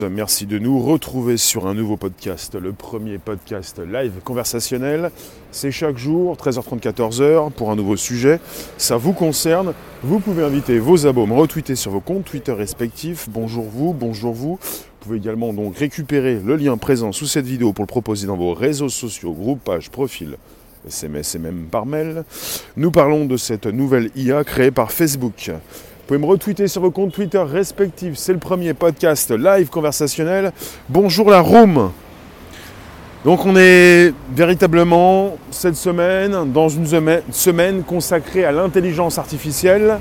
Merci de nous retrouver sur un nouveau podcast, le premier podcast live conversationnel. C'est chaque jour, 13h30, 14h, pour un nouveau sujet. Ça vous concerne. Vous pouvez inviter vos abos, me retweeter sur vos comptes Twitter respectifs. Bonjour vous, bonjour vous. Vous pouvez également donc récupérer le lien présent sous cette vidéo pour le proposer dans vos réseaux sociaux, groupes, pages, profils, SMS et même par mail. Nous parlons de cette nouvelle IA créée par Facebook. Vous pouvez me retweeter sur vos comptes Twitter respectifs. C'est le premier podcast live conversationnel. Bonjour la room. Donc on est véritablement cette semaine dans une semaine consacrée à l'intelligence artificielle.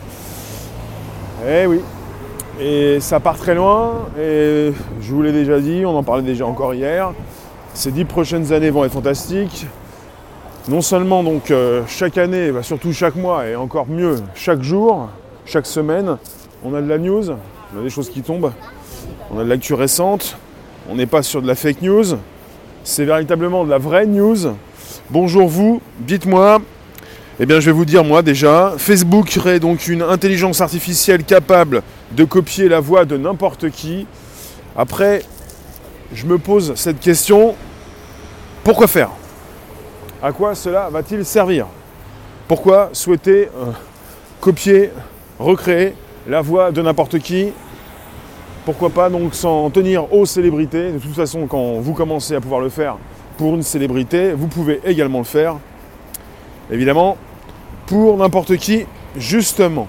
Eh oui. Et ça part très loin. Et je vous l'ai déjà dit, on en parlait déjà encore hier. Ces 10 prochaines années vont être fantastiques. Non seulement donc chaque année, surtout chaque mois et encore mieux chaque jour. Chaque semaine, on a de la news, on a des choses qui tombent, on a de l'actu récente, on n'est pas sur de la fake news, c'est véritablement de la vraie news. Bonjour vous, dites-moi, je vais vous dire moi déjà, Facebook crée donc une intelligence artificielle capable de copier la voix de n'importe qui. Après, je me pose cette question, pourquoi faire ? À quoi cela va-t-il servir ? Pourquoi souhaiter copier, recréer la voix de n'importe qui? Pourquoi pas donc s'en tenir aux célébrités? De toute façon, quand vous commencez à pouvoir le faire pour une célébrité, vous pouvez également le faire, évidemment, pour n'importe qui, justement.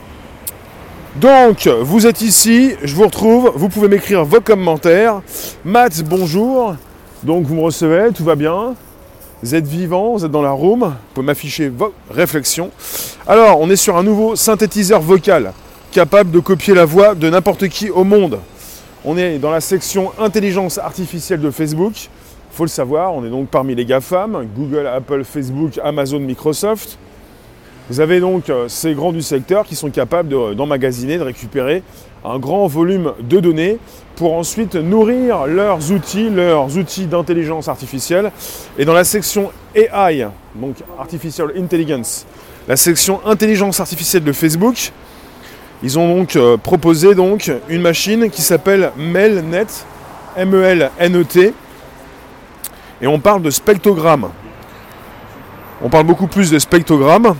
Donc, vous êtes ici, je vous retrouve, vous pouvez m'écrire vos commentaires. Matt, bonjour. Donc, vous me recevez, tout va bien. Vous êtes vivant, vous êtes dans la room, vous pouvez m'afficher vos réflexions. Alors, on est sur un nouveau synthétiseur vocal, capable de copier la voix de n'importe qui au monde. On est dans la section intelligence artificielle de Facebook. Il faut le savoir, on est donc parmi les GAFAM, Google, Apple, Facebook, Amazon, Microsoft. Vous avez donc ces grands du secteur qui sont capables d'emmagasiner, de récupérer un grand volume de données pour ensuite nourrir leurs outils d'intelligence artificielle. Et dans la section AI, donc Artificial Intelligence, la section intelligence artificielle de Facebook, ils ont donc proposé donc une machine qui s'appelle MELNet, M-E-L-N-E-T, et on parle de spectrogramme. On parle beaucoup plus de spectrogramme.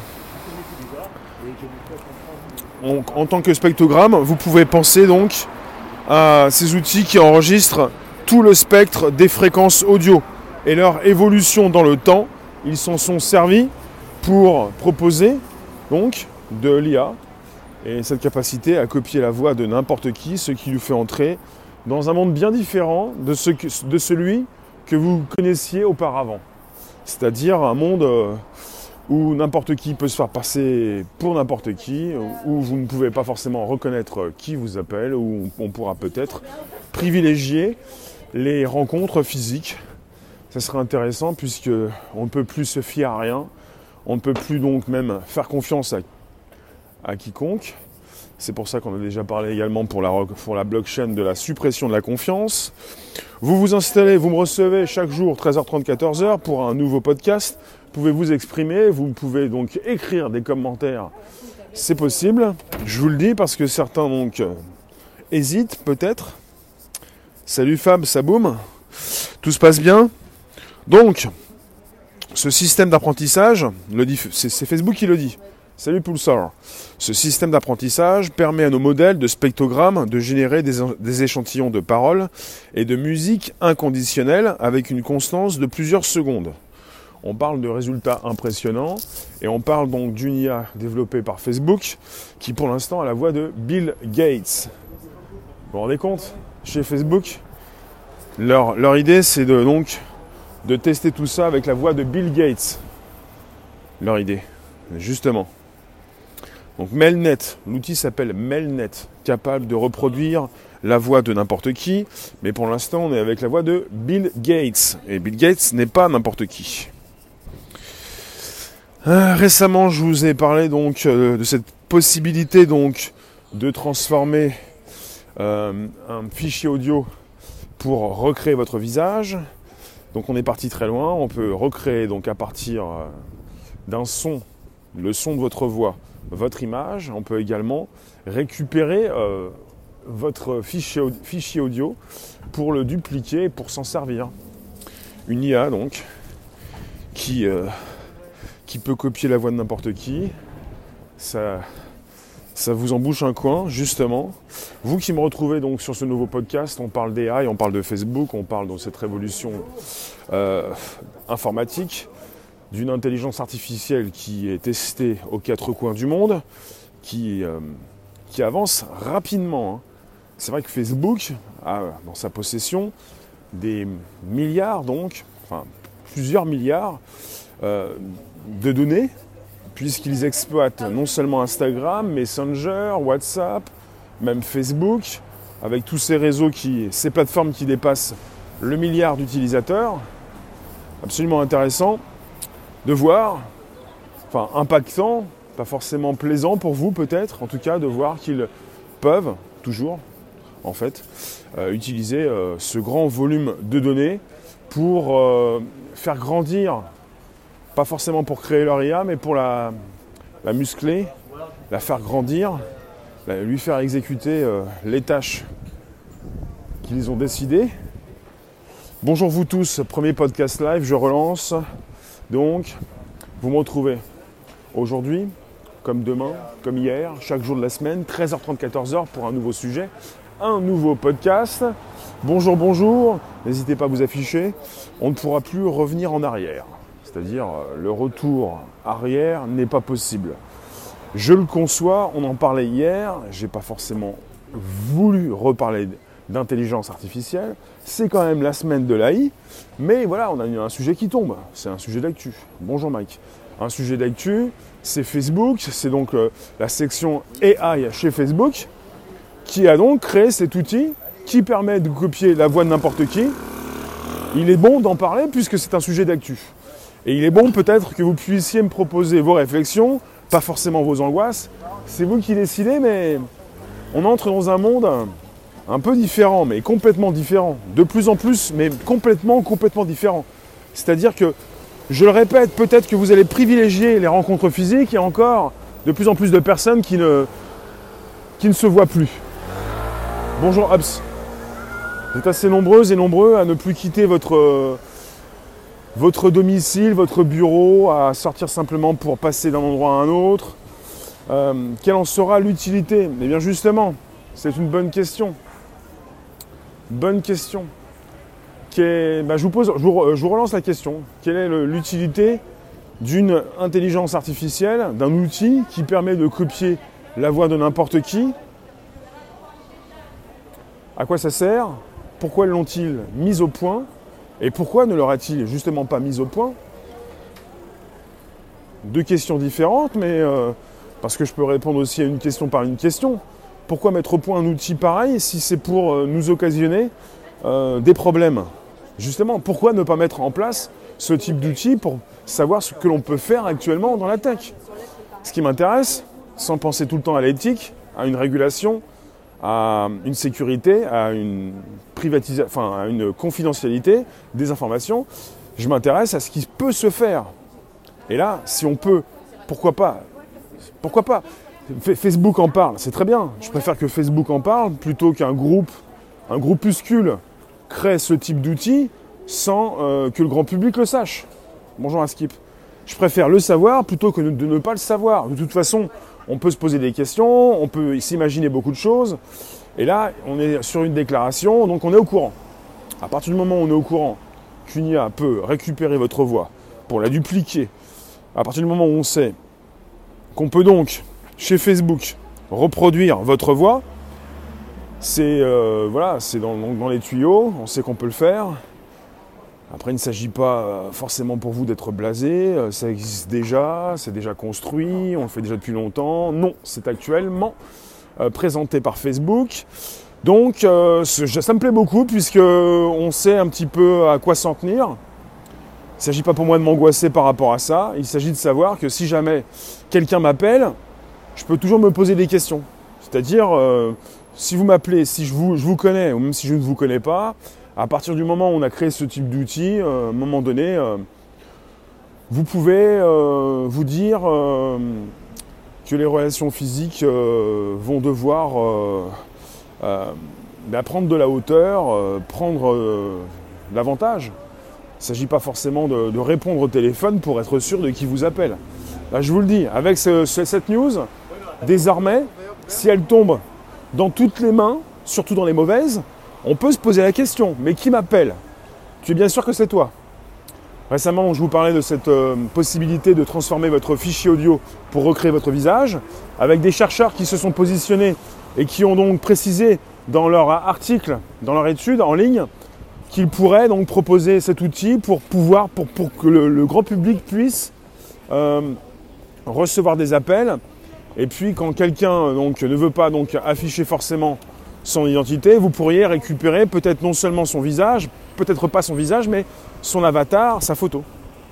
En tant que spectrogramme, vous pouvez penser donc à ces outils qui enregistrent tout le spectre des fréquences audio et leur évolution dans le temps. Ils s'en sont servis pour proposer donc de l'IA et cette capacité à copier la voix de n'importe qui, ce qui lui fait entrer dans un monde bien différent de celui que vous connaissiez auparavant. C'est-à-dire un monde où n'importe qui peut se faire passer pour n'importe qui, où vous ne pouvez pas forcément reconnaître qui vous appelle, où on pourra peut-être privilégier les rencontres physiques. Ça serait intéressant puisqu'on ne peut plus se fier à rien, on ne peut plus donc même faire confiance à quiconque. C'est pour ça qu'on a déjà parlé également pour la blockchain de la suppression de la confiance. Vous vous installez, vous me recevez chaque jour 13h30, 14h pour un nouveau podcast. Vous pouvez vous exprimer, vous pouvez donc écrire des commentaires. C'est possible, je vous le dis parce que certains donc hésitent peut-être. Salut Fab, Saboum, tout se passe bien. Donc, ce système d'apprentissage, c'est Facebook qui le dit. Salut Pulsar. Ce système d'apprentissage permet à nos modèles de spectrogrammes de générer des échantillons de paroles et de musique inconditionnelle avec une constance de plusieurs secondes. On parle de résultats impressionnants et on parle donc d'une IA développée par Facebook qui pour l'instant a la voix de Bill Gates. Vous vous rendez compte ? Chez Facebook, leur idée c'est de tester tout ça avec la voix de Bill Gates. Leur idée, justement. Donc MELNet, l'outil s'appelle MELNet, capable de reproduire la voix de n'importe qui, mais pour l'instant on est avec la voix de Bill Gates, et Bill Gates n'est pas n'importe qui. Récemment je vous ai parlé donc de cette possibilité donc de transformer un fichier audio pour recréer votre visage. Donc on est parti très loin, on peut recréer donc à partir d'un son, le son de votre voix, votre image. On peut également récupérer votre fichier audio pour le dupliquer et pour s'en servir. Une IA donc qui peut copier la voix de n'importe qui. Ça vous embouche un coin, justement. Vous qui me retrouvez donc sur ce nouveau podcast, on parle d'AI, on parle de Facebook, on parle de cette révolution informatique, d'une intelligence artificielle qui est testée aux quatre coins du monde, qui avance rapidement. Hein. C'est vrai que Facebook a dans sa possession des milliards, plusieurs milliards de données, puisqu'ils exploitent non seulement Instagram, Messenger, WhatsApp, même Facebook, avec tous ces réseaux, ces plateformes qui dépassent le milliard d'utilisateurs. Absolument intéressant de voir, impactant, pas forcément plaisant pour vous peut-être, en tout cas de voir qu'ils peuvent, toujours en fait, utiliser ce grand volume de données pour faire grandir, pas forcément pour créer leur IA, mais pour la muscler, la faire grandir, lui faire exécuter les tâches qu'ils ont décidées. Bonjour vous tous, premier podcast live, je relance. Donc, vous me retrouvez aujourd'hui, comme demain, comme hier, chaque jour de la semaine, 13h30, 14h pour un nouveau sujet, un nouveau podcast. Bonjour, bonjour, n'hésitez pas à vous afficher, on ne pourra plus revenir en arrière. C'est-à-dire, le retour arrière n'est pas possible. Je le conçois, on en parlait hier, je n'ai pas forcément voulu reparler d'intelligence artificielle, c'est quand même la semaine de l'AI, mais voilà, on a un sujet qui tombe, c'est un sujet d'actu. Bonjour Mike. Un sujet d'actu, c'est Facebook, c'est donc la section AI chez Facebook, qui a donc créé cet outil qui permet de copier la voix de n'importe qui. Il est bon d'en parler puisque c'est un sujet d'actu. Et il est bon peut-être que vous puissiez me proposer vos réflexions, pas forcément vos angoisses. C'est vous qui décidez, mais on entre dans un monde un peu différent, mais complètement différent. De plus en plus, mais complètement différent. C'est-à-dire que, je le répète, peut-être que vous allez privilégier les rencontres physiques et encore de plus en plus de personnes qui ne se voient plus. Bonjour Abs. Vous êtes assez nombreuses et nombreux à ne plus quitter votre domicile, votre bureau, à sortir simplement pour passer d'un endroit à un autre. Quelle en sera l'utilité ? Eh bien justement, c'est une bonne question. Bonne question. Je vous relance la question. Quelle est l'utilité d'une intelligence artificielle, d'un outil qui permet de copier la voix de n'importe qui ? À quoi ça sert ? Pourquoi l'ont-ils mis au point ? Et pourquoi ne l'aura-t-il justement pas mis au point ? Deux questions différentes, mais parce que je peux répondre aussi à une question par une question. Pourquoi mettre au point un outil pareil si c'est pour nous occasionner des problèmes ? Justement, pourquoi ne pas mettre en place ce type d'outil pour savoir ce que l'on peut faire actuellement dans la tech ? Ce qui m'intéresse, sans penser tout le temps à l'éthique, à une régulation, à une sécurité, à une à une confidentialité des informations, je m'intéresse à ce qui peut se faire. Et là, si on peut, pourquoi pas ? Pourquoi pas ? Facebook en parle, c'est très bien. Je préfère que Facebook en parle plutôt qu'un groupuscule crée ce type d'outil sans que le grand public le sache. Bonjour Askip. Je préfère le savoir plutôt que de ne pas le savoir. De toute façon, on peut se poser des questions, on peut s'imaginer beaucoup de choses. Et là, on est sur une déclaration, donc on est au courant. À partir du moment où on est au courant qu'une IA peut récupérer votre voix pour la dupliquer, à partir du moment où on sait qu'on peut donc, chez Facebook, reproduire votre voix, c'est dans les tuyaux, on sait qu'on peut le faire. Après, il ne s'agit pas forcément pour vous d'être blasé, ça existe déjà, c'est déjà construit, on le fait déjà depuis longtemps. Non, c'est actuellement présenté par Facebook. Donc, ça me plaît beaucoup puisqu'on sait un petit peu à quoi s'en tenir. Il ne s'agit pas pour moi de m'angoisser par rapport à ça. Il s'agit de savoir que si jamais quelqu'un m'appelle, je peux toujours me poser des questions. C'est-à-dire, si vous m'appelez, si je vous connais, ou même si je ne vous connais pas, à partir du moment où on a créé ce type d'outil, à un moment donné, vous pouvez vous dire que les relations physiques vont devoir prendre de la hauteur, prendre l'avantage. Il ne s'agit pas forcément de répondre au téléphone pour être sûr de qui vous appelle. Là, je vous le dis, avec cette news, désormais, si elle tombe dans toutes les mains, surtout dans les mauvaises, on peut se poser la question, mais qui m'appelle ? Tu es bien sûr que c'est toi. Récemment, je vous parlais de cette possibilité de transformer votre fichier audio pour recréer votre visage, avec des chercheurs qui se sont positionnés et qui ont donc précisé dans leur article, dans leur étude en ligne, qu'ils pourraient donc proposer cet outil pour que le grand public puisse recevoir des appels. Et puis quand quelqu'un donc ne veut pas donc afficher forcément son identité, vous pourriez récupérer peut-être non seulement son visage, peut-être pas son visage, mais son avatar, sa photo.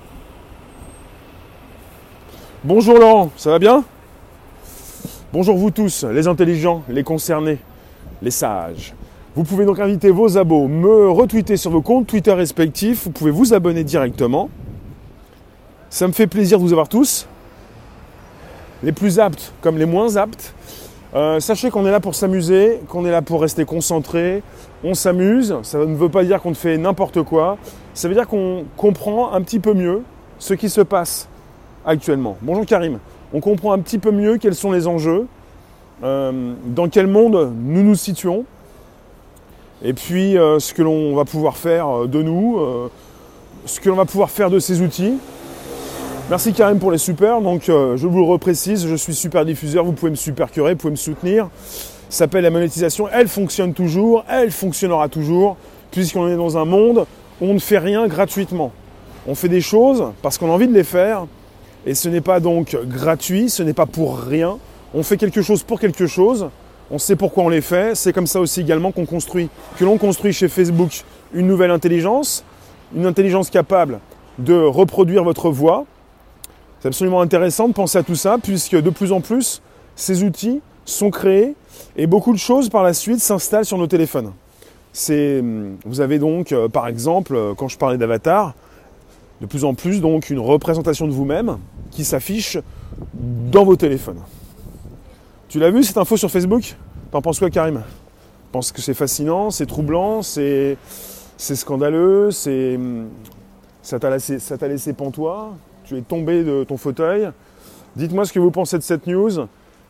Bonjour Laurent, ça va bien ? Bonjour vous tous, les intelligents, les concernés, les sages. Vous pouvez donc inviter vos abos, me retweeter sur vos comptes Twitter respectifs, vous pouvez vous abonner directement. Ça me fait plaisir de vous avoir tous, les plus aptes comme les moins aptes. Sachez qu'on est là pour s'amuser, qu'on est là pour rester concentré, on s'amuse, ça ne veut pas dire qu'on fait n'importe quoi, ça veut dire qu'on comprend un petit peu mieux ce qui se passe actuellement. Bonjour Karim, on comprend un petit peu mieux quels sont les enjeux, dans quel monde nous nous situons, et puis ce que l'on va pouvoir faire de nous, ce que l'on va pouvoir faire de ces outils. Merci Karim pour les super, donc je vous le reprécise, je suis super diffuseur, vous pouvez me supercurer, vous pouvez me soutenir. Ça s'appelle la monétisation, elle fonctionne toujours, elle fonctionnera toujours, puisqu'on est dans un monde où on ne fait rien gratuitement. On fait des choses parce qu'on a envie de les faire, et ce n'est pas donc gratuit, ce n'est pas pour rien. On fait quelque chose pour quelque chose, on sait pourquoi on les fait, c'est comme ça aussi également que l'on construit chez Facebook une nouvelle intelligence, une intelligence capable de reproduire votre voix. C'est absolument intéressant de penser à tout ça, puisque de plus en plus, ces outils sont créés et beaucoup de choses par la suite s'installent sur nos téléphones. Vous avez donc, par exemple, quand je parlais d'avatar, de plus en plus donc une représentation de vous-même qui s'affiche dans vos téléphones. Tu l'as vu cette info sur Facebook ? T'en penses quoi Karim ? Je pense que c'est fascinant, c'est troublant, c'est scandaleux, ça t'a laissé pantois. Tu es tombé de ton fauteuil. Dites-moi ce que vous pensez de cette news.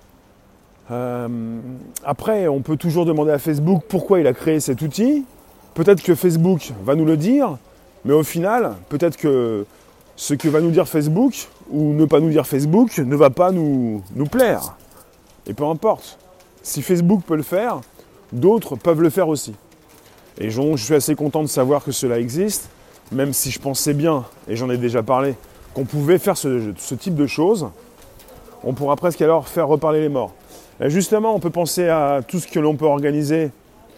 Après, on peut toujours demander à Facebook pourquoi il a créé cet outil. Peut-être que Facebook va nous le dire, mais au final, peut-être que ce que va nous dire Facebook, ou ne pas nous dire Facebook, ne va pas nous plaire. Et peu importe. Si Facebook peut le faire, d'autres peuvent le faire aussi. Et donc, je suis assez content de savoir que cela existe, même si je pensais bien, et j'en ai déjà parlé, qu'on pouvait faire ce type de choses. On pourra presque alors faire reparler les morts. Et justement, on peut penser à tout ce que l'on peut organiser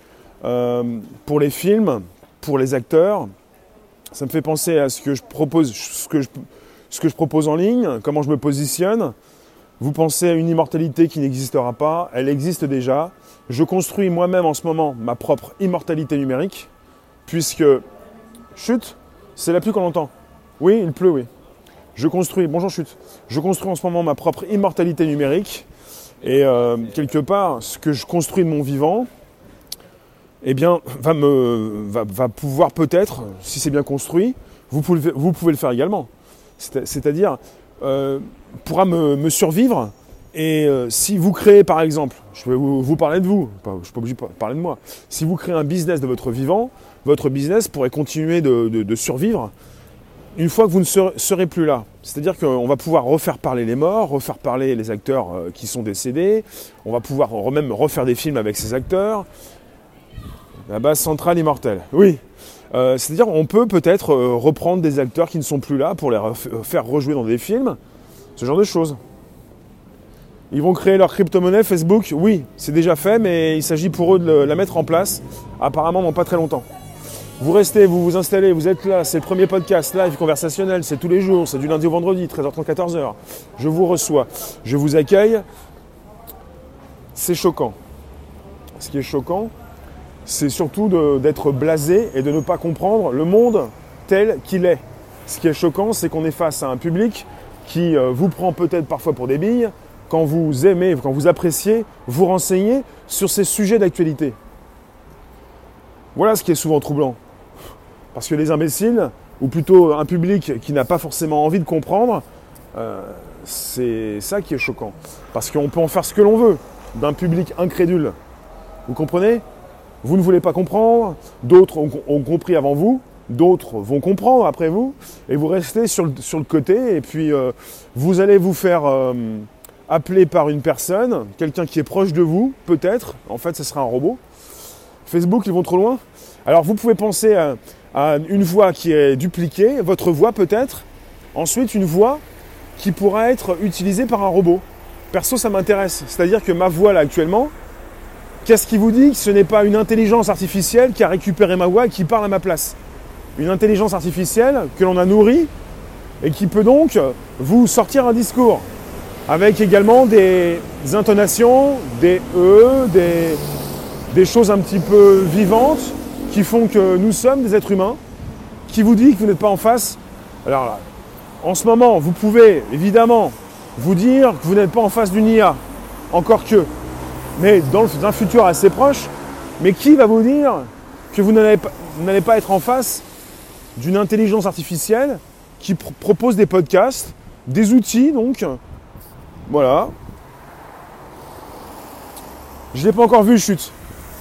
pour les films, pour les acteurs. Ça me fait penser à ce que je propose, ce que je propose en ligne, comment je me positionne. Vous pensez à une immortalité qui n'existera pas, elle existe déjà. Je construis moi-même en ce moment ma propre immortalité numérique, puisque, chut, c'est la pluie qu'on entend. Oui, il pleut, oui. Je construis en ce moment ma propre immortalité numérique, et quelque part, ce que je construis de mon vivant, eh bien, va pouvoir peut-être, si c'est bien construit, vous pouvez le faire également. C'est-à-dire, pourra me survivre. Et si vous créez, par exemple, je vais vous parler de vous, je ne suis pas obligé de parler de moi. Si vous créez un business de votre vivant, votre business pourrait continuer de survivre une fois que vous ne serez plus là. C'est-à-dire qu'on va pouvoir refaire parler les morts, refaire parler les acteurs qui sont décédés, on va pouvoir même refaire des films avec ces acteurs. La base centrale immortelle, oui. C'est-à-dire on peut peut-être reprendre des acteurs qui ne sont plus là pour les faire rejouer dans des films, ce genre de choses. Ils vont créer leur crypto-monnaie Facebook, oui, c'est déjà fait, mais il s'agit pour eux de la mettre en place, apparemment dans pas très longtemps. Vous restez, vous vous installez, vous êtes là, c'est le premier podcast live conversationnel, c'est tous les jours, c'est du lundi au vendredi, 13h30, 14h. Je vous reçois, je vous accueille. C'est choquant. Ce qui est choquant, c'est surtout d'être blasé et de ne pas comprendre le monde tel qu'il est. Ce qui est choquant, c'est qu'on est face à un public qui vous prend peut-être parfois pour des billes, quand vous aimez, quand vous appréciez, vous renseigner sur ces sujets d'actualité. Voilà ce qui est souvent troublant. Parce que les imbéciles, ou plutôt un public qui n'a pas forcément envie de comprendre, c'est ça qui est choquant. Parce qu'on peut en faire ce que l'on veut d'un public incrédule. Vous comprenez ? Vous ne voulez pas comprendre, d'autres ont compris avant vous, d'autres vont comprendre après vous, et vous restez sur le côté, et puis vous allez vous faire appeler par une personne, quelqu'un qui est proche de vous, peut-être, en fait ce sera un robot. Facebook, ils vont trop loin. Alors vous pouvez penser à une voix qui est dupliquée, votre voix peut-être, ensuite une voix qui pourra être utilisée par un robot. Perso, ça m'intéresse, c'est-à-dire que ma voix là actuellement, qu'est-ce qui vous dit que ce n'est pas une intelligence artificielle qui a récupéré ma voix et qui parle à ma place ? Une intelligence artificielle que l'on a nourrie et qui peut donc vous sortir un discours avec également des intonations, des des choses un petit peu vivantes qui font que nous sommes des êtres humains, qui vous dit que vous n'êtes pas en face. Alors là, en ce moment, vous pouvez évidemment vous dire que vous n'êtes pas en face d'une IA, encore que, mais dans un futur assez proche, mais qui va vous dire que vous n'allez pas être en face d'une intelligence artificielle qui propose des podcasts, des outils, donc, voilà. Je ne l'ai pas encore vu, chute.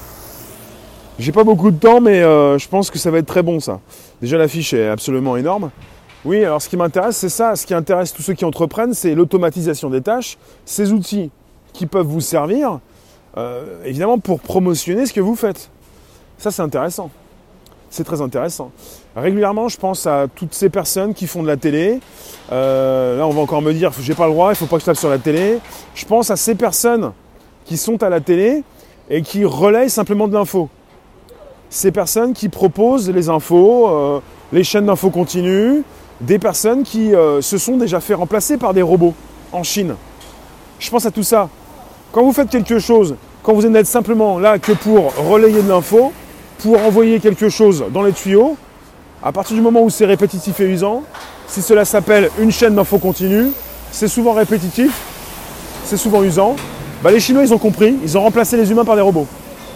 J'ai pas beaucoup de temps, mais je pense que ça va être très bon, ça. Déjà, l'affiche est absolument énorme. Oui, alors ce qui m'intéresse, c'est ça. Ce qui intéresse tous ceux qui entreprennent, c'est l'automatisation des tâches, ces outils qui peuvent vous servir, évidemment, pour promotionner ce que vous faites. Ça, c'est intéressant. C'est très intéressant. Régulièrement, je pense à toutes ces personnes qui font de la télé. Là, on va encore me dire, j'ai pas le droit, il ne faut pas que je tape sur la télé. Je pense à ces personnes qui sont à la télé et qui relayent simplement de l'info. Ces personnes qui proposent les infos, les chaînes d'infos continues, des personnes qui se sont déjà fait remplacer par des robots en Chine. Je pense à tout ça. Quand vous faites quelque chose, quand vous n'êtes simplement là que pour relayer de l'info, pour envoyer quelque chose dans les tuyaux, à partir du moment où c'est répétitif et usant, si cela s'appelle une chaîne d'infos continue, c'est souvent répétitif, c'est souvent usant, bah les Chinois ils ont compris, ils ont remplacé les humains par des robots.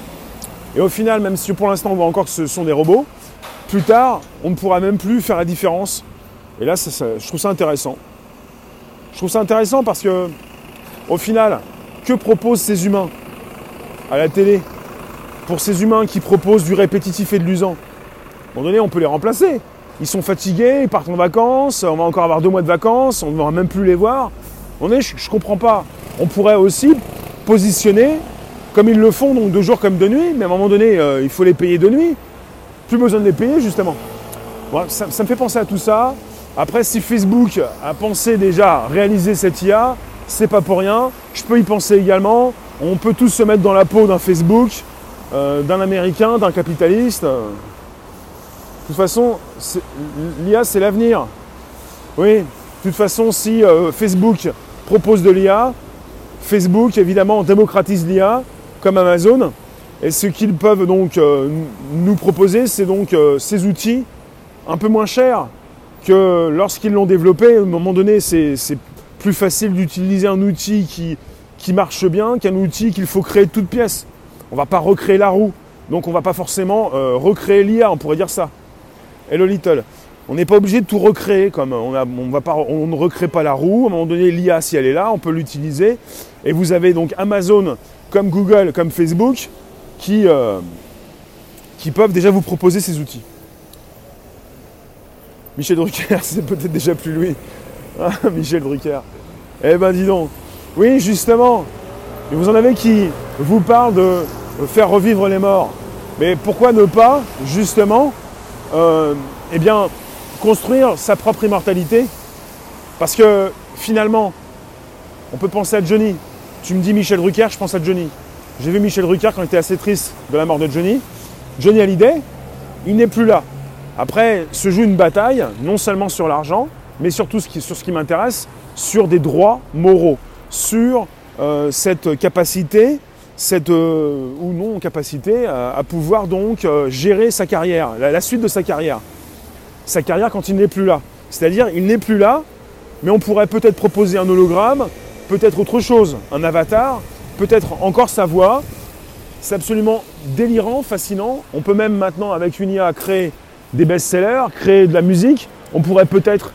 Et au final, même si pour l'instant on voit encore que ce sont des robots, plus tard on ne pourra même plus faire la différence. Et là je trouve ça intéressant. Je trouve ça intéressant parce que au final, que proposent ces humains à la télé? Pour ces humains qui proposent du répétitif et de l'usant, à un moment donné, on peut les remplacer. Ils sont fatigués, ils partent en vacances, on va encore avoir 2 mois de vacances, on ne va même plus les voir. Je ne comprends pas. On pourrait aussi positionner, comme ils le font, donc de jour comme de nuit, mais à un moment donné, il faut les payer de nuit. Plus besoin de les payer, justement. Bon, ça me fait penser à tout ça. Après, si Facebook a pensé déjà réaliser cette IA, c'est pas pour rien. Je peux y penser également. On peut tous se mettre dans la peau d'un Facebook, d'un Américain, d'un capitaliste. De toute façon, l'IA, c'est l'avenir. Oui, de toute façon, si Facebook propose de l'IA, Facebook, évidemment, démocratise l'IA, comme Amazon. Et ce qu'ils peuvent donc nous proposer, c'est donc ces outils un peu moins chers que lorsqu'ils l'ont développé. À un moment donné, c'est plus facile d'utiliser un outil qui marche bien qu'un outil qu'il faut créer de toutes pièces. On ne va pas recréer la roue, donc on ne va pas forcément recréer l'IA, on pourrait dire ça. Hello Little. On n'est pas obligé de tout recréer, comme on ne recrée pas la roue. À un moment donné, l'IA, si elle est là, on peut l'utiliser. Et vous avez donc Amazon, comme Google, comme Facebook, qui peuvent déjà vous proposer ces outils. Michel Drucker, c'est peut-être déjà plus lui. Ah, Michel Drucker. Eh ben dis donc. Oui, justement. Et vous en avez qui vous parlent de faire revivre les morts. Mais pourquoi ne pas, justement, construire sa propre immortalité? Parce que, finalement, on peut penser à Johnny. Tu me dis Michel Drucker, je pense à Johnny. J'ai vu Michel Drucker quand il était assez triste de la mort de Johnny. Johnny Hallyday, il n'est plus là. Après, se joue une bataille, non seulement sur l'argent, mais surtout sur ce qui m'intéresse, sur des droits moraux, sur cette capacité, ou non capacité à pouvoir donc gérer sa carrière, la suite de sa carrière. Sa carrière quand il n'est plus là. C'est-à-dire, il n'est plus là, mais on pourrait peut-être proposer un hologramme, peut-être autre chose, un avatar, peut-être encore sa voix. C'est absolument délirant, fascinant. On peut même maintenant, avec une IA, créer des best-sellers, créer de la musique. On pourrait peut-être,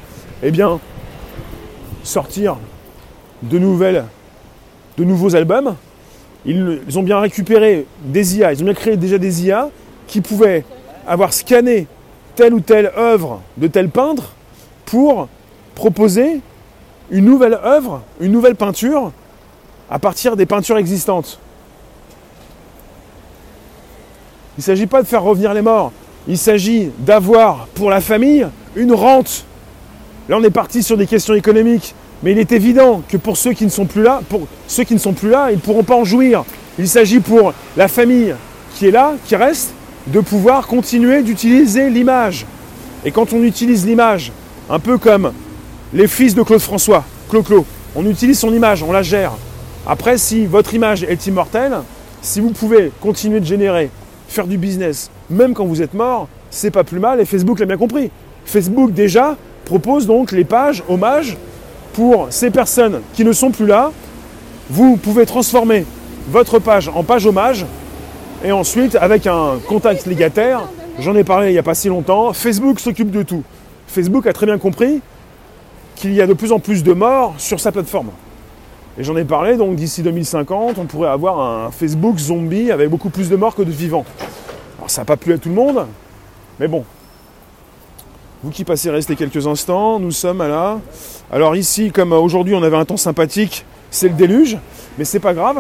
sortir de nouveaux albums. Ils ont bien récupéré des IA, ils ont bien créé déjà des IA qui pouvaient avoir scanné telle ou telle œuvre de tel peintre pour proposer une nouvelle œuvre, une nouvelle peinture à partir des peintures existantes. Il ne s'agit pas de faire revenir les morts, il s'agit d'avoir pour la famille une rente. Là on est parti sur des questions économiques, mais il est évident que pour ceux qui ne sont plus là, ils ne pourront pas en jouir. Il s'agit pour la famille qui est là, qui reste, de pouvoir continuer d'utiliser l'image. Et quand on utilise l'image, un peu comme les fils de Claude François, Clo-Clo, on utilise son image, on la gère. Après, si votre image est immortelle, si vous pouvez continuer de générer, faire du business, même quand vous êtes mort, c'est pas plus mal, et Facebook l'a bien compris. Facebook déjà propose donc les pages hommages pour ces personnes qui ne sont plus là. Vous pouvez transformer votre page en page hommage, et ensuite, avec un contact légataire, j'en ai parlé il n'y a pas si longtemps, Facebook s'occupe de tout. Facebook a très bien compris qu'il y a de plus en plus de morts sur sa plateforme. Et j'en ai parlé, donc d'ici 2050, on pourrait avoir un Facebook zombie avec beaucoup plus de morts que de vivants. Alors ça n'a pas plu à tout le monde, mais bon. Vous qui passez rester quelques instants, nous sommes là. Alors ici, comme aujourd'hui on avait un temps sympathique, c'est le déluge, mais c'est pas grave.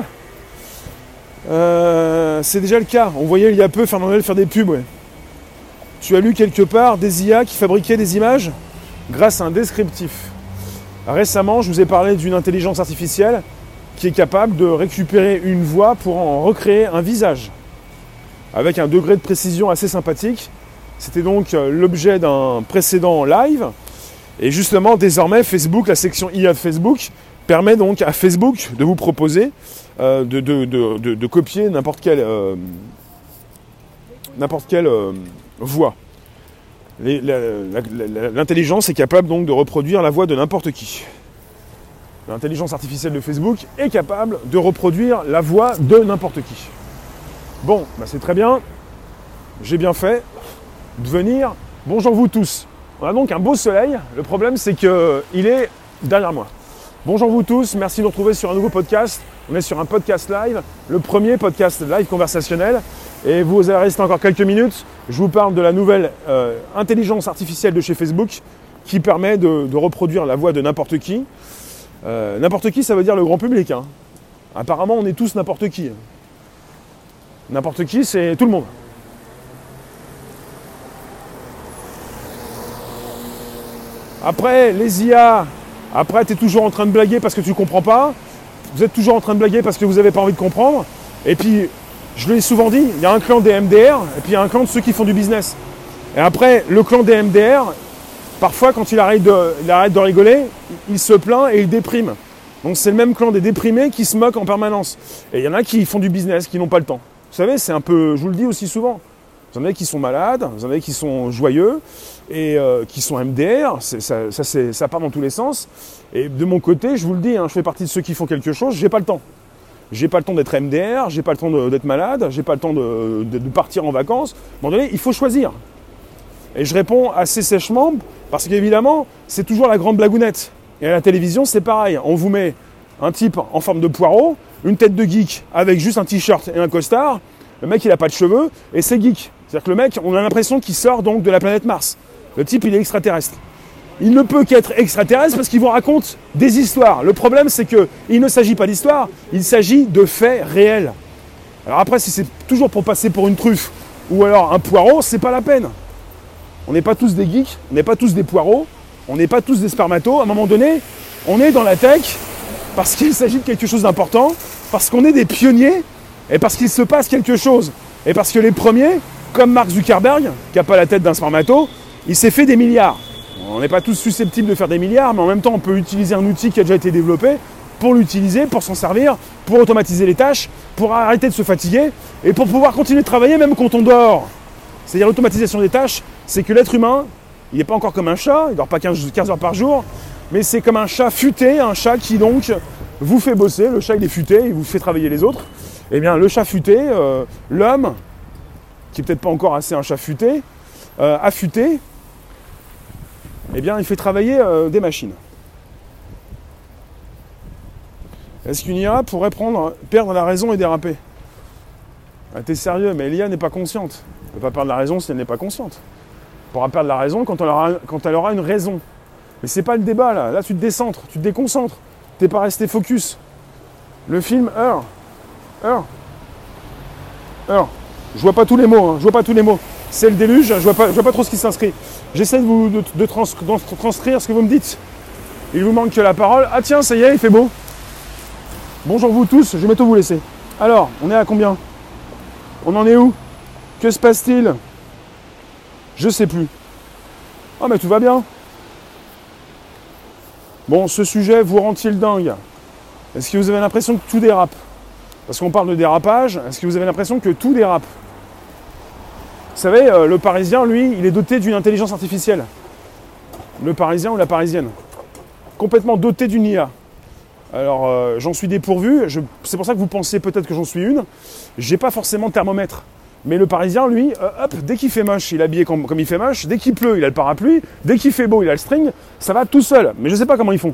C'est déjà le cas. On voyait il y a peu Fernandel faire des pubs. Ouais. Tu as lu quelque part des IA qui fabriquaient des images grâce à un descriptif. Récemment, je vous ai parlé d'une intelligence artificielle qui est capable de récupérer une voix pour en recréer un visage, avec un degré de précision assez sympathique. C'était donc l'objet d'un précédent live. Et justement, désormais, Facebook, la section IA de Facebook, permet donc à Facebook de vous proposer de copier n'importe quelle voix. L'intelligence est capable donc de reproduire la voix de n'importe qui. L'intelligence artificielle de Facebook est capable de reproduire la voix de n'importe qui. Bon, c'est très bien. J'ai bien fait de venir. Bonjour vous tous. On a donc un beau soleil. Le problème, c'est qu'il est derrière moi. Bonjour vous tous. Merci de nous retrouver sur un nouveau podcast. On est sur un podcast live, le premier podcast live conversationnel. Et vous allez rester encore quelques minutes. Je vous parle de la nouvelle intelligence artificielle de chez Facebook qui permet de reproduire la voix de n'importe qui. N'importe qui, ça veut dire le grand public. Hein. Apparemment, on est tous n'importe qui. N'importe qui, c'est tout le monde. Après, les IA, après, tu es toujours en train de blaguer parce que tu ne comprends pas. Vous êtes toujours en train de blaguer parce que vous n'avez pas envie de comprendre. Et puis, je l'ai souvent dit, il y a un clan des MDR et puis il y a un clan de ceux qui font du business. Et après, le clan des MDR, parfois, quand il arrête de rigoler, il se plaint et il déprime. Donc, c'est le même clan des déprimés qui se moquent en permanence. Et il y en a qui font du business, qui n'ont pas le temps. Vous savez, c'est un peu, je vous le dis aussi souvent, vous en avez qui sont malades, vous en avez qui sont joyeux et qui sont MDR, ça part dans tous les sens. Et de mon côté, je vous le dis, je fais partie de ceux qui font quelque chose, j'ai pas le temps. J'ai pas le temps d'être MDR, j'ai pas le temps d'être malade, j'ai pas le temps de partir en vacances. À un moment donné, il faut choisir. Et je réponds assez sèchement parce qu'évidemment, c'est toujours la grande blagounette. Et à la télévision, c'est pareil. On vous met un type en forme de poireau, une tête de geek avec juste un t-shirt et un costard. Le mec, il n'a pas de cheveux et c'est geek. C'est-à-dire que le mec, on a l'impression qu'il sort donc de la planète Mars. Le type, il est extraterrestre. Il ne peut qu'être extraterrestre parce qu'il vous raconte des histoires. Le problème, c'est qu'il ne s'agit pas d'histoire, il s'agit de faits réels. Alors après, si c'est toujours pour passer pour une truffe ou alors un poireau, c'est pas la peine. On n'est pas tous des geeks, on n'est pas tous des poireaux, on n'est pas tous des spermatos. À un moment donné, on est dans la tech parce qu'il s'agit de quelque chose d'important, parce qu'on est des pionniers et parce qu'il se passe quelque chose. Et parce que les premiers, comme Mark Zuckerberg, qui n'a pas la tête d'un spermato, il s'est fait des milliards. On n'est pas tous susceptibles de faire des milliards, mais en même temps, on peut utiliser un outil qui a déjà été développé pour l'utiliser, pour s'en servir, pour automatiser les tâches, pour arrêter de se fatiguer et pour pouvoir continuer de travailler même quand on dort. C'est-à-dire l'automatisation des tâches, c'est que l'être humain, il n'est pas encore comme un chat, il ne dort pas 15 heures par jour, mais c'est comme un chat futé, un chat qui donc vous fait bosser, le chat il est futé, il vous fait travailler les autres. Eh bien le chat futé, l'homme, qui est peut-être pas encore assez un chat futé, affûté, eh bien il fait travailler des machines. Est-ce qu'une IA pourrait perdre la raison et déraper? Ah, t'es sérieux, mais l'IA n'est pas consciente. Elle ne peut pas perdre la raison si elle n'est pas consciente. Elle pourra perdre la raison quand elle aura une raison. Mais c'est pas le débat là. Là tu te décentres, tu te déconcentres. T'es pas resté focus. Le film Heure. Je vois pas tous les mots. Je vois pas tous les mots. C'est le déluge. Je vois pas trop ce qui s'inscrit. J'essaie de transcrire ce que vous me dites. Il vous manque que la parole. Ah tiens, ça y est, il fait beau. Bonjour vous tous. Je vais bientôt vous laisser. Alors, on est à combien? On en est où? Que se passe-t-il? Je sais plus. Ah mais tout va bien. Bon, ce sujet vous rend-il dingue? Est-ce que vous avez l'impression que tout dérape? Parce qu'on parle de dérapage, est-ce que vous avez l'impression que tout dérape? Vous savez, le Parisien, lui, il est doté d'une intelligence artificielle. Le Parisien ou la Parisienne. Complètement doté d'une IA. Alors, j'en suis dépourvu. C'est pour ça que vous pensez peut-être que j'en suis une. J'ai pas forcément de thermomètre. Mais le Parisien, lui, hop, dès qu'il fait moche, il est habillé comme il fait moche. Dès qu'il pleut, il a le parapluie. Dès qu'il fait beau, il a le string. Ça va tout seul. Mais je ne sais pas comment ils font.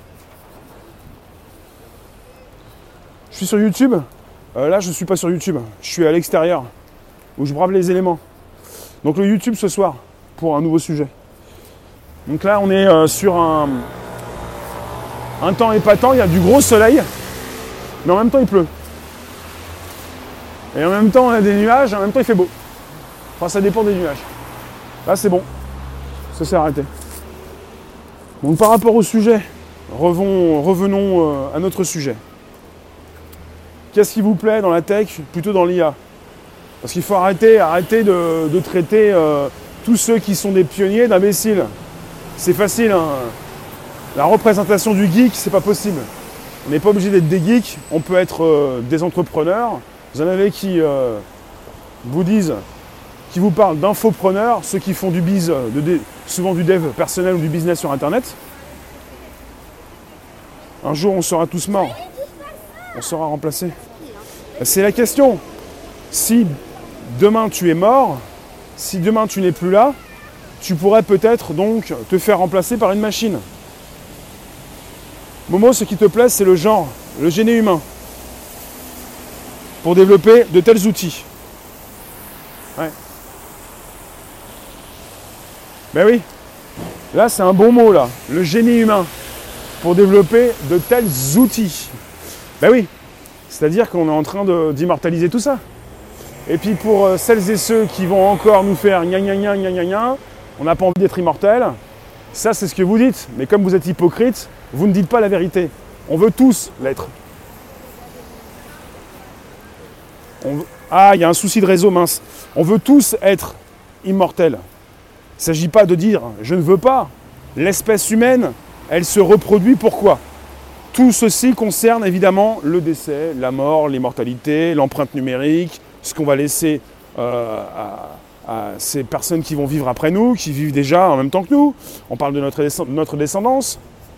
Je suis sur YouTube. Là, je ne suis pas sur YouTube. Je suis à l'extérieur, où je brave les éléments. Donc le YouTube ce soir, pour un nouveau sujet. Donc là, on est sur un temps épatant. Il y a du gros soleil. Mais en même temps, il pleut. Et en même temps, on a des nuages, en même temps, il fait beau. Enfin, ça dépend des nuages. Là, c'est bon. Ça s'est arrêté. Donc, par rapport au sujet, revenons à notre sujet. Qu'est-ce qui vous plaît dans la tech, plutôt dans l'IA? Parce qu'il faut arrêter de traiter tous ceux qui sont des pionniers d'imbéciles. C'est facile, hein. La représentation du geek, c'est pas possible. On n'est pas obligé d'être des geeks, on peut être des entrepreneurs. Vous en avez qui vous disent, qui vous parlent d'infopreneurs, ceux qui font du biz, souvent du dev personnel ou du business sur Internet. Un jour, on sera tous morts. On sera remplacés. C'est la question. Si demain tu es mort, si demain tu n'es plus là, tu pourrais peut-être donc te faire remplacer par une machine. Momo, ce qui te plaît, c'est le genre, le génie humain, pour développer de tels outils. Ouais. Ben oui, là c'est un bon mot là, le génie humain, pour développer de tels outils. Ben oui, c'est-à-dire qu'on est en train d'immortaliser tout ça. Et puis pour celles et ceux qui vont encore nous faire gna gna gna gna gna gna, on n'a pas envie d'être immortel, ça c'est ce que vous dites, mais comme vous êtes hypocrite, vous ne dites pas la vérité. On veut tous l'être. Ah, il y a un souci de réseau, mince. On veut tous être immortels. Il ne s'agit pas de dire « je ne veux pas ». L'espèce humaine, elle se reproduit. Pourquoi? Tout ceci concerne évidemment le décès, la mort, l'immortalité, l'empreinte numérique, ce qu'on va laisser à ces personnes qui vont vivre après nous, qui vivent déjà en même temps que nous. On parle de notre descendance.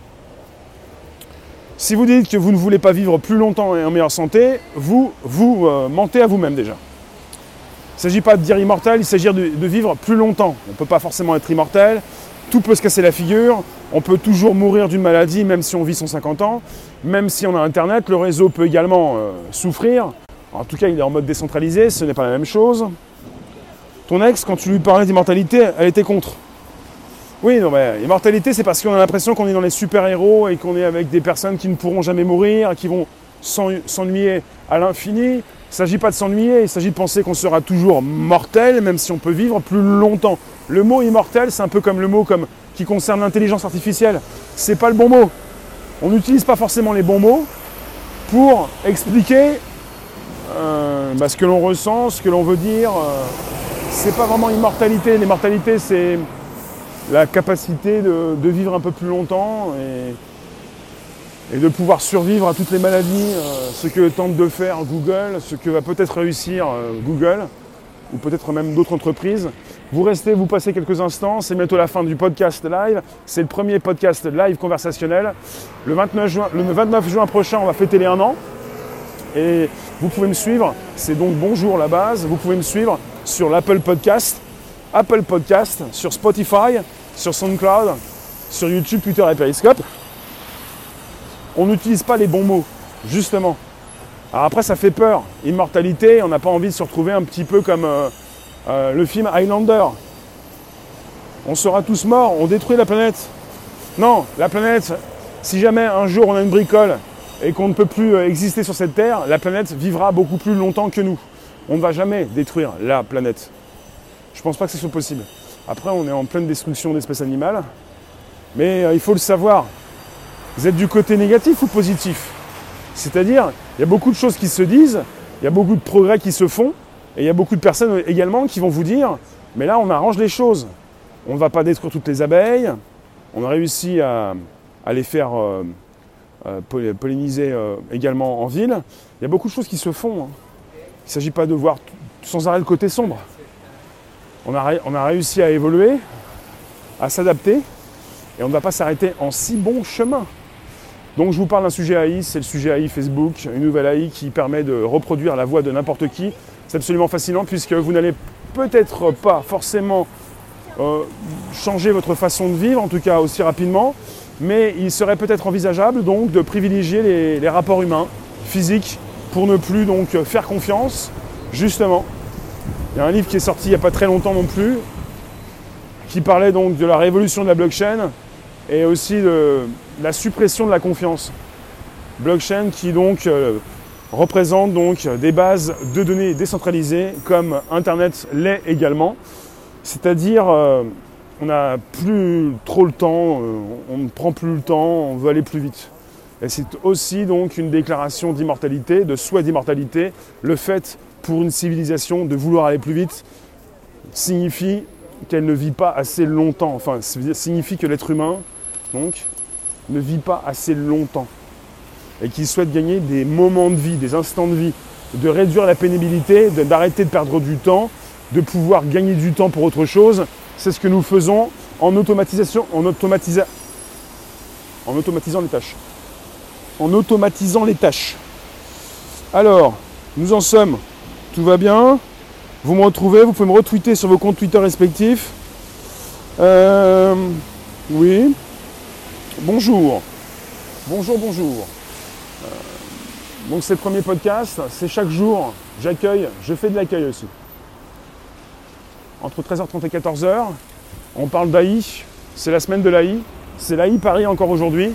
Si vous dites que vous ne voulez pas vivre plus longtemps et en meilleure santé, vous mentez à vous-même déjà. Il ne s'agit pas de dire immortel, il s'agit de vivre plus longtemps. On ne peut pas forcément être immortel, tout peut se casser la figure, on peut toujours mourir d'une maladie même si on vit 150 ans, même si on a Internet, le réseau peut également souffrir. En tout cas, il est en mode décentralisé, ce n'est pas la même chose. Ton ex, quand tu lui parlais d'immortalité, elle était contre. Oui, non, mais immortalité, c'est parce qu'on a l'impression qu'on est dans les super-héros et qu'on est avec des personnes qui ne pourront jamais mourir, qui vont s'ennuyer à l'infini. Il ne s'agit pas de s'ennuyer, il s'agit de penser qu'on sera toujours mortel, même si on peut vivre plus longtemps. Le mot immortel, c'est un peu comme le mot qui concerne l'intelligence artificielle. C'est pas le bon mot. On n'utilise pas forcément les bons mots pour expliquer ce que l'on ressent, ce que l'on veut dire. C'est pas vraiment immortalité. L'immortalité, c'est la capacité de vivre un peu plus longtemps et de pouvoir survivre à toutes les maladies, ce que tente de faire Google, ce que va peut-être réussir Google, ou peut-être même d'autres entreprises. Vous restez, vous passez quelques instants, c'est bientôt la fin du podcast live. C'est le premier podcast live conversationnel. Le 29 juin prochain, on va fêter les 1 an. Et vous pouvez me suivre, c'est donc Bonjour la base. Vous pouvez me suivre sur l'Apple Podcast, sur Spotify, sur SoundCloud, sur YouTube, Twitter et Periscope. On n'utilise pas les bons mots, justement. Alors après, ça fait peur. Immortalité, on n'a pas envie de se retrouver un petit peu comme le film Highlander. On sera tous morts, on détruit la planète. Non, la planète, si jamais un jour on a une bricole et qu'on ne peut plus exister sur cette terre, la planète vivra beaucoup plus longtemps que nous. On ne va jamais détruire la planète. Je ne pense pas que ce soit possible. Après, on est en pleine destruction d'espèces animales. Mais il faut le savoir. Vous êtes du côté négatif ou positif? C'est-à-dire, il y a beaucoup de choses qui se disent, il y a beaucoup de progrès qui se font, et il y a beaucoup de personnes également qui vont vous dire « Mais là, on arrange les choses. On ne va pas détruire toutes les abeilles. On a réussi à les faire polliniser également en ville. » Il y a beaucoup de choses qui se font. Hein. Il ne s'agit pas de voir sans arrêt le côté sombre. On a réussi à évoluer, à s'adapter, et on ne va pas s'arrêter en si bon chemin. Donc je vous parle d'un sujet AI, c'est le sujet AI Facebook, une nouvelle AI qui permet de reproduire la voix de n'importe qui. C'est absolument fascinant puisque vous n'allez peut-être pas forcément changer votre façon de vivre, en tout cas aussi rapidement, mais il serait peut-être envisageable donc de privilégier les rapports humains, physiques, pour ne plus donc faire confiance, justement. Il y a un livre qui est sorti il n'y a pas très longtemps non plus, qui parlait donc de la révolution de la blockchain et aussi de la suppression de la confiance. Blockchain qui donc représente donc des bases de données décentralisées comme Internet l'est également. C'est-à-dire on n'a plus trop le temps, on ne prend plus le temps, on veut aller plus vite. Et c'est aussi donc une déclaration d'immortalité, de souhait d'immortalité. Le fait pour une civilisation de vouloir aller plus vite signifie qu'elle ne vit pas assez longtemps. Enfin, signifie que l'être humain donc, ne vit pas assez longtemps et qu'il souhaite gagner des moments de vie, des instants de vie, de réduire la pénibilité, d'arrêter de perdre du temps, de pouvoir gagner du temps pour autre chose. C'est ce que nous faisons en automatisant les tâches. En automatisant les tâches. Alors, nous en sommes. Tout va bien. Vous me retrouvez, vous pouvez me retweeter sur vos comptes Twitter respectifs. Oui. Bonjour. Bonjour. Donc c'est le premier podcast, c'est chaque jour, je fais de l'accueil aussi. Entre 13h30 et 14h, on parle d'AI, c'est la semaine de l'AI, c'est l'AI Paris encore aujourd'hui.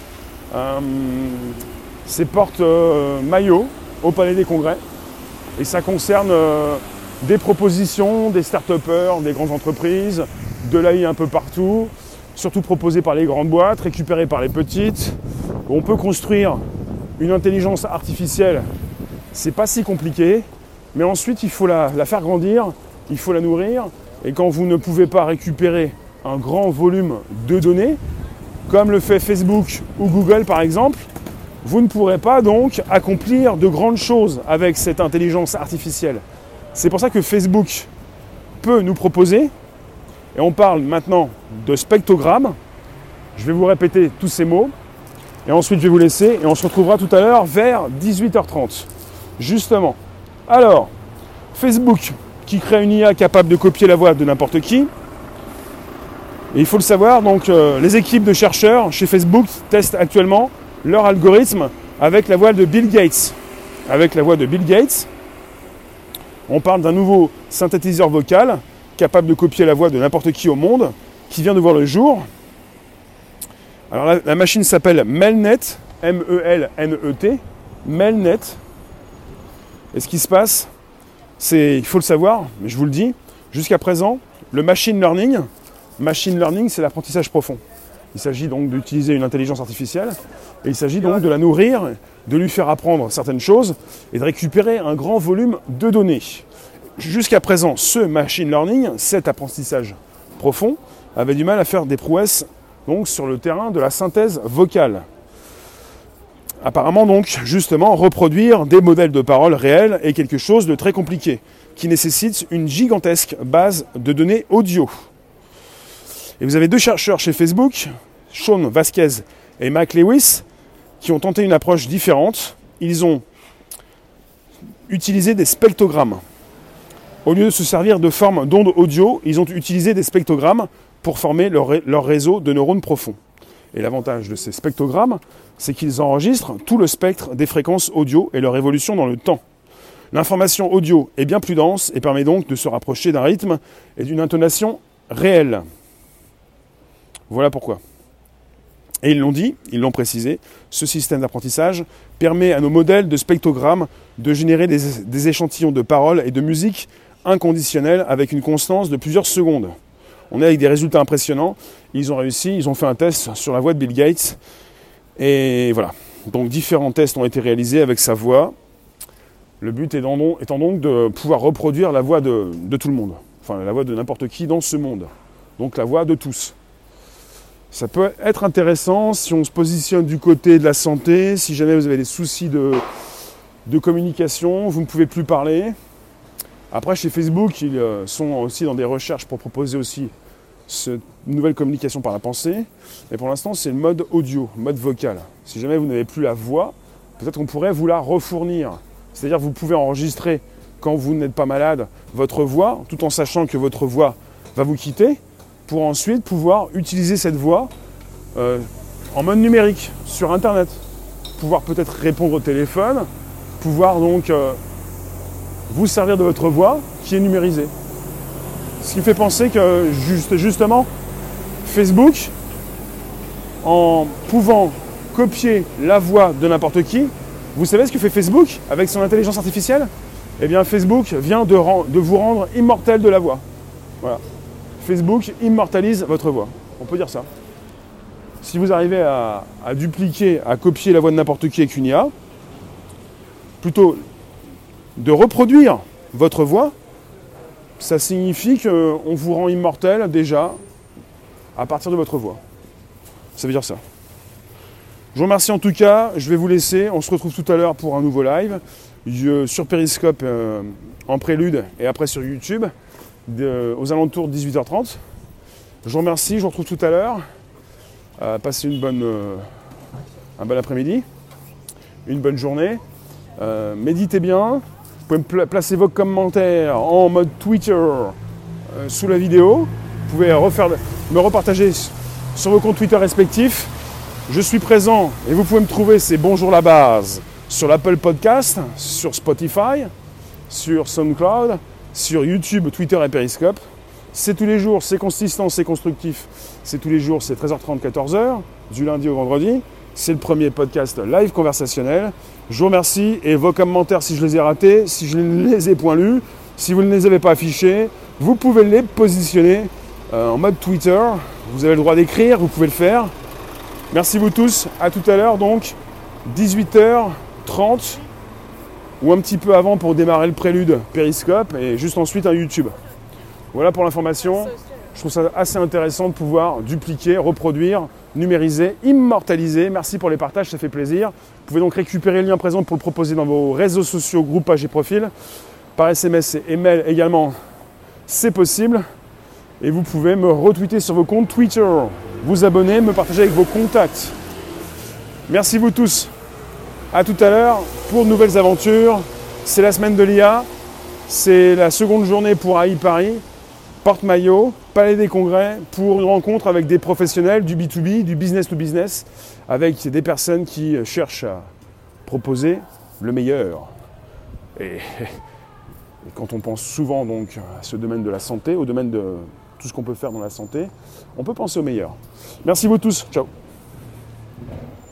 C'est porte Maillot au Palais des Congrès et ça concerne des propositions, des start-upers, des grandes entreprises, de l'AI un peu partout, surtout proposées par les grandes boîtes, récupérées par les petites. On peut construire une intelligence artificielle, c'est pas si compliqué, mais ensuite il faut la faire grandir, il faut la nourrir, et quand vous ne pouvez pas récupérer un grand volume de données, comme le fait Facebook ou Google par exemple, vous ne pourrez pas donc accomplir de grandes choses avec cette intelligence artificielle. C'est pour ça que Facebook peut nous proposer, et on parle maintenant de spectrogramme, je vais vous répéter tous ces mots, et ensuite je vais vous laisser, et on se retrouvera tout à l'heure vers 18h30. Justement. Alors, Facebook qui crée une IA capable de copier la voix de n'importe qui. Et il faut le savoir, donc les équipes de chercheurs chez Facebook testent actuellement leur algorithme avec la voix de Bill Gates. Avec la voix de Bill Gates, on parle d'un nouveau synthétiseur vocal capable de copier la voix de n'importe qui au monde, qui vient de voir le jour. Alors la machine s'appelle Melnet, M-E-L-N-E-T, Melnet. Et ce qui se passe, il faut le savoir, mais je vous le dis, jusqu'à présent, le machine learning, c'est l'apprentissage profond. Il s'agit donc d'utiliser une intelligence artificielle, et il s'agit donc de la nourrir, de lui faire apprendre certaines choses, et de récupérer un grand volume de données. Jusqu'à présent, ce machine learning, cet apprentissage profond, avait du mal à faire des prouesses donc, sur le terrain de la synthèse vocale. apparemment donc, justement, reproduire des modèles de parole réels est quelque chose de très compliqué, qui nécessite une gigantesque base de données audio. Et vous avez 2 chercheurs chez Facebook, Sean Vasquez et Mike Lewis, qui ont tenté une approche différente. Ils ont utilisé des spectrogrammes. Au lieu de se servir de formes d'ondes audio, ils ont utilisé des spectrogrammes pour former leur réseau de neurones profonds. Et l'avantage de ces spectrogrammes, c'est qu'ils enregistrent tout le spectre des fréquences audio et leur évolution dans le temps. L'information audio est bien plus dense et permet donc de se rapprocher d'un rythme et d'une intonation réelle. Voilà pourquoi. Et ils l'ont dit, ils l'ont précisé, ce système d'apprentissage permet à nos modèles de spectrogrammes de générer des échantillons de paroles et de musique inconditionnels avec une constance de plusieurs secondes. On est avec des résultats impressionnants. Ils ont réussi, ils ont fait un test sur la voix de Bill Gates. Et voilà. Donc différents tests ont été réalisés avec sa voix. Le but étant donc de pouvoir reproduire la voix de tout le monde. Enfin, la voix de n'importe qui dans ce monde. Donc la voix de tous. Ça peut être intéressant si on se positionne du côté de la santé, si jamais vous avez des soucis de communication, vous ne pouvez plus parler. Après, chez Facebook, ils sont aussi dans des recherches pour proposer aussi cette nouvelle communication par la pensée. Et pour l'instant, c'est le mode audio, mode vocal. Si jamais vous n'avez plus la voix, peut-être qu'on pourrait vous la refournir. C'est-à-dire que vous pouvez enregistrer, quand vous n'êtes pas malade, votre voix, tout en sachant que votre voix va vous quitter, pour ensuite pouvoir utiliser cette voix en mode numérique, sur Internet. Pouvoir peut-être répondre au téléphone, pouvoir donc vous servir de votre voix qui est numérisée. Ce qui fait penser que justement, Facebook, en pouvant copier la voix de n'importe qui, vous savez ce que fait Facebook avec son intelligence artificielle ? Eh bien, Facebook vient de vous rendre immortel de la voix. Voilà. Facebook immortalise votre voix. On peut dire ça. Si vous arrivez à dupliquer, à copier la voix de n'importe qui avec une IA, plutôt de reproduire votre voix, ça signifie qu'on vous rend immortel déjà à partir de votre voix. Ça veut dire ça. Je vous remercie en tout cas, je vais vous laisser, on se retrouve tout à l'heure pour un nouveau live, sur Periscope en prélude et après sur YouTube, aux alentours de 18h30. Je vous remercie, je vous retrouve tout à l'heure. Passez un bon après-midi, une bonne journée. Méditez bien. Vous pouvez placer vos commentaires en mode Twitter sous la vidéo. Vous pouvez me repartager sur vos comptes Twitter respectifs. Je suis présent et vous pouvez me trouver, c'est Bonjour la base, sur l'Apple Podcast, sur Spotify, sur SoundCloud, sur YouTube, Twitter et Periscope. C'est tous les jours, c'est consistant, c'est constructif. C'est tous les jours, c'est 13h30, 14h, du lundi au vendredi. C'est le premier podcast live conversationnel. Je vous remercie et vos commentaires, si je les ai ratés, si je ne les ai point lus, si vous ne les avez pas affichés, vous pouvez les positionner en mode Twitter. Vous avez le droit d'écrire, vous pouvez le faire. Merci vous tous, à tout à l'heure donc, 18h30 ou un petit peu avant pour démarrer le prélude Periscope et juste ensuite un YouTube. Voilà pour l'information. Je trouve ça assez intéressant de pouvoir dupliquer, reproduire, numériser, immortaliser. Merci pour les partages, ça fait plaisir. Vous pouvez donc récupérer le lien présent pour le proposer dans vos réseaux sociaux, groupes, pages et profils. Par SMS et email également, c'est possible. Et vous pouvez me retweeter sur vos comptes Twitter, vous abonner, me partager avec vos contacts. Merci vous tous. À tout à l'heure pour de nouvelles aventures. C'est la semaine de l'IA. C'est la seconde journée pour AI Paris. Porte-maillot, Palais des Congrès, pour une rencontre avec des professionnels du B2B, du business to business, avec des personnes qui cherchent à proposer le meilleur. Et quand on pense souvent donc à ce domaine de la santé, au domaine de tout ce qu'on peut faire dans la santé, on peut penser au meilleur. Merci vous tous, ciao.